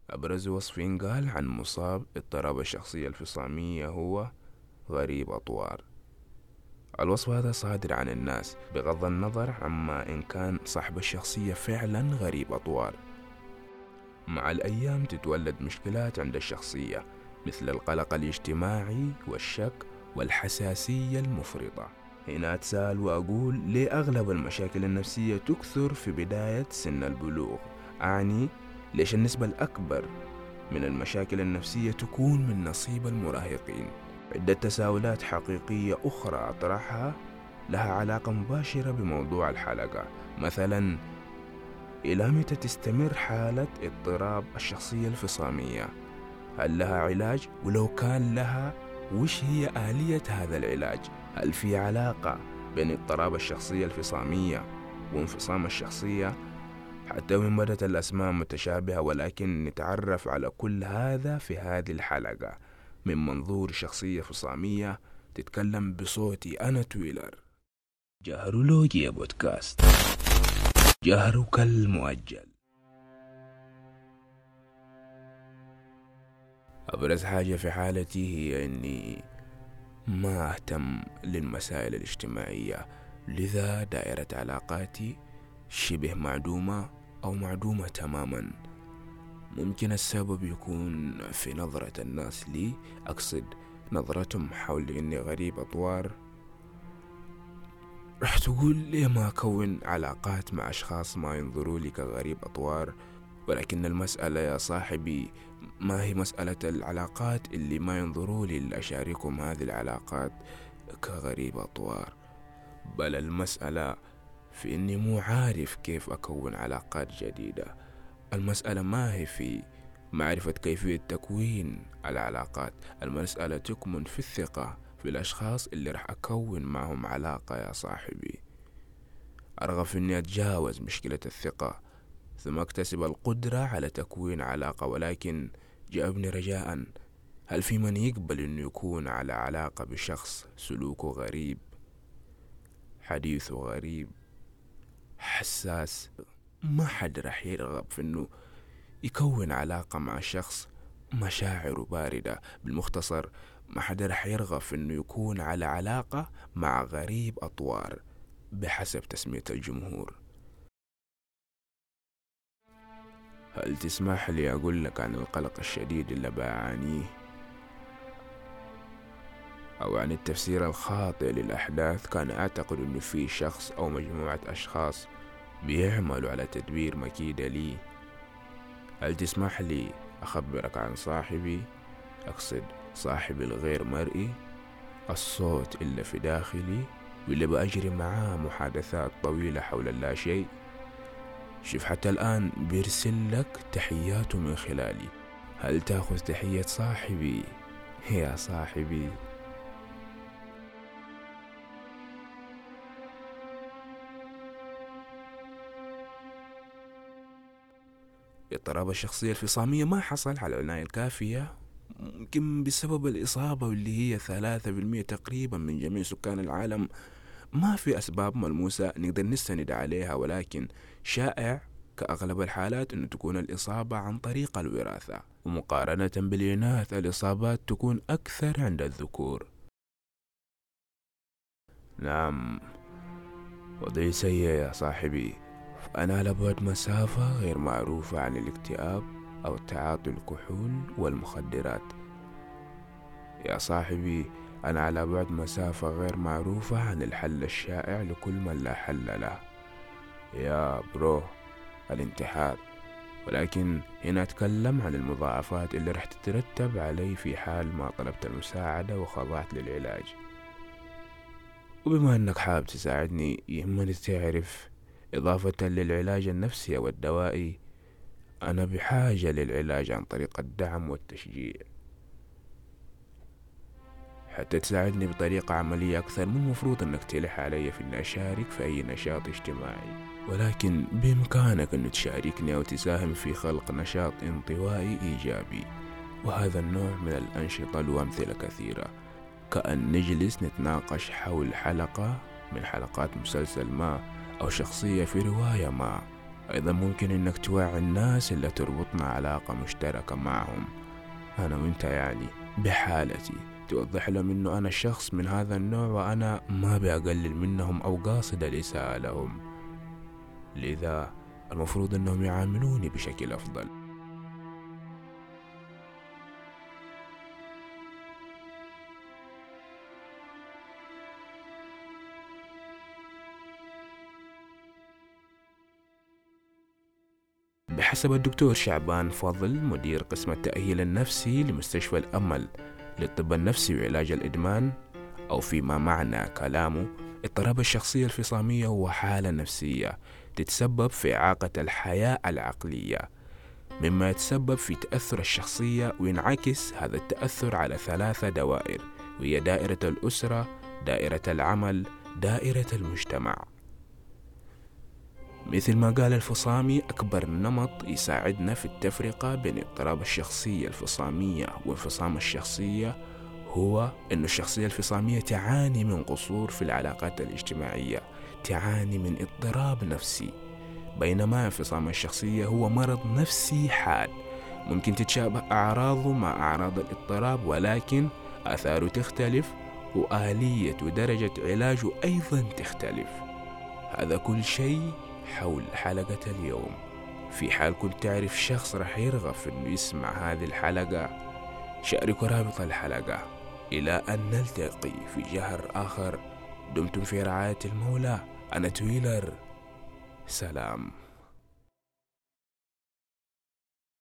أبرز وصف ينقال عن مصاب اضطراب الشخصية الفصامية هو غريب أطوار. الوصف هذا صادر عن الناس بغض النظر عما إن كان صاحب الشخصية فعلا غريب أطوار. مع الأيام تتولد مشكلات عند الشخصية مثل القلق الاجتماعي والشك والحساسية المفرطة. هنا أتساءل وأقول ليه أغلب المشاكل النفسية تكثر في بداية سن البلوغ؟ أعني ليش النسبة الأكبر من المشاكل النفسية تكون من نصيب المراهقين؟ عدة تساؤلات حقيقية أخرى أطرحها لها علاقة مباشرة بموضوع الحلقة. مثلا، إلى متى تستمر حالة اضطراب الشخصية الفصامية؟ هل لها علاج؟ ولو كان لها، وش هي آلية هذا العلاج؟ هل في علاقة بين اضطراب الشخصية الفصامية وانفصام الشخصية؟ حتى وإن بدت الأسماء متشابهة، ولكن نتعرف على كل هذا في هذه الحلقة من منظور شخصية فصامية تتكلم بصوتي أنا تويلر. جهرولوجيا بودكاست، جهرك المؤجل. أبرز حاجة في حالتي هي أني ما أهتم للمسائل الاجتماعية، لذا دائرة علاقاتي شبه معدومة أو معدومة تماما. ممكن السبب يكون في نظرة الناس لي، أقصد نظرتهم حول إني غريب أطوار. رح تقول ليه ما أكون علاقات مع أشخاص ما ينظروا لي كغريب أطوار؟ ولكن المسألة يا صاحبي ما هي مسألة العلاقات اللي ما ينظروا لي لأشاركهم هذه العلاقات كغريب أطوار، بل المسألة في إني مو عارف كيف أكون علاقات جديدة. المسألة ما هي في معرفة كيفية تكوين العلاقات، المسألة تكمن في الثقة في الأشخاص اللي رح أكون معهم علاقة يا صاحبي. أرغب في إني أتجاوز مشكلة الثقة ثم أكتسب القدرة على تكوين علاقة، ولكن جاوبني رجاء، هل في من يقبل إنه يكون على علاقة بشخص سلوكه غريب، حديثه غريب، حساس؟ ما حد رح يرغب في إنه يكون علاقة مع شخص مشاعره باردة. بالمختصر، ما حد رح يرغب في إنه يكون على علاقة مع غريب أطوار بحسب تسمية الجمهور. هل تسمح لي أقول لك عن القلق الشديد اللي بعانيه، أو عن التفسير الخاطئ للأحداث؟ كان أعتقد أنه في شخص أو مجموعة أشخاص بيعملوا على تدبير مكيدة لي. هل تسمح لي أخبرك عن صاحبي، أقصد صاحبي الغير مرئي، الصوت اللي في داخلي واللي بأجري معاه محادثات طويلة حول اللا شيء؟ شوف، حتى الآن بيرسل لك تحياته من خلالي. هل تأخذ تحية صاحبي يا صاحبي؟ اضطراب الشخصية الفصامية ما حصل على العناية الكافية، ممكن بسبب الإصابة واللي هي 3% تقريبا من جميع سكان العالم. ما في أسباب ملموسة نقدر نستند عليها، ولكن شائع كأغلب الحالات أن تكون الإصابة عن طريق الوراثة، ومقارنة بالإناث الإصابات تكون أكثر عند الذكور. نعم، وضعي سيء يا صاحبي، أنا على بعد مسافة غير معروفة عن الاكتئاب أو تعاطي الكحول والمخدرات. يا صاحبي، أنا على بعد مسافة غير معروفة عن الحل الشائع لكل من لا حل له، يا برو، الانتحار. ولكن هنا أتكلم عن المضاعفات اللي رح تترتب علي في حال ما طلبت المساعدة وخضعت للعلاج. وبما أنك حابب تساعدني، يهمني تعرف إضافة للعلاج النفسي والدوائي، أنا بحاجة للعلاج عن طريق الدعم والتشجيع. حتى تساعدني بطريقة عملية أكثر، من مفروض أنك تلح علي في أني أشارك في أي نشاط اجتماعي، ولكن بإمكانك أن تشاركني أو تساهم في خلق نشاط انطوائي إيجابي. وهذا النوع من الأنشطة له أمثلة كثيرة، كأن نجلس نتناقش حول حلقة من حلقات مسلسل ما، أو شخصية في رواية ما. أيضا ممكن إنك توعي الناس اللي تربطنا علاقة مشتركة معهم، أنا وإنت يعني بحالتي، توضح لهم إنه أنا شخص من هذا النوع وأنا ما بأقلل منهم أو قاصد الإساءة لهم، لذا المفروض إنهم يعاملوني بشكل أفضل. بحسب الدكتور شعبان فضل مدير قسم التأهيل النفسي لمستشفى الأمل للطب النفسي وعلاج الإدمان، أو فيما معنى كلامه اضطراب الشخصية الفصامية هو حالة نفسية تتسبب في إعاقة الحياة العقلية، مما يتسبب في تأثر الشخصية، وينعكس هذا التأثر على 3 دوائر، وهي دائرة الأسرة، دائرة العمل، دائرة المجتمع. مثل ما قال الفصامي، أكبر نمط يساعدنا في التفرقة بين اضطراب الشخصية الفصامية وانفصام الشخصية هو أن الشخصية الفصامية تعاني من قصور في العلاقات الاجتماعية، تعاني من اضطراب نفسي، بينما انفصام الشخصية هو مرض نفسي حاد ممكن تتشابه أعراضه مع أعراض الاضطراب، ولكن آثاره تختلف وآلية ودرجة علاجه أيضا تختلف. هذا كل شيء حول حلقة اليوم. في حال كنت تعرف شخص رح يرغب في أنه يسمع هذه الحلقة، شاركوا رابط الحلقة. إلى أن نلتقي في جهر آخر، دمتم في رعاية المولى. أنا تويلر، سلام.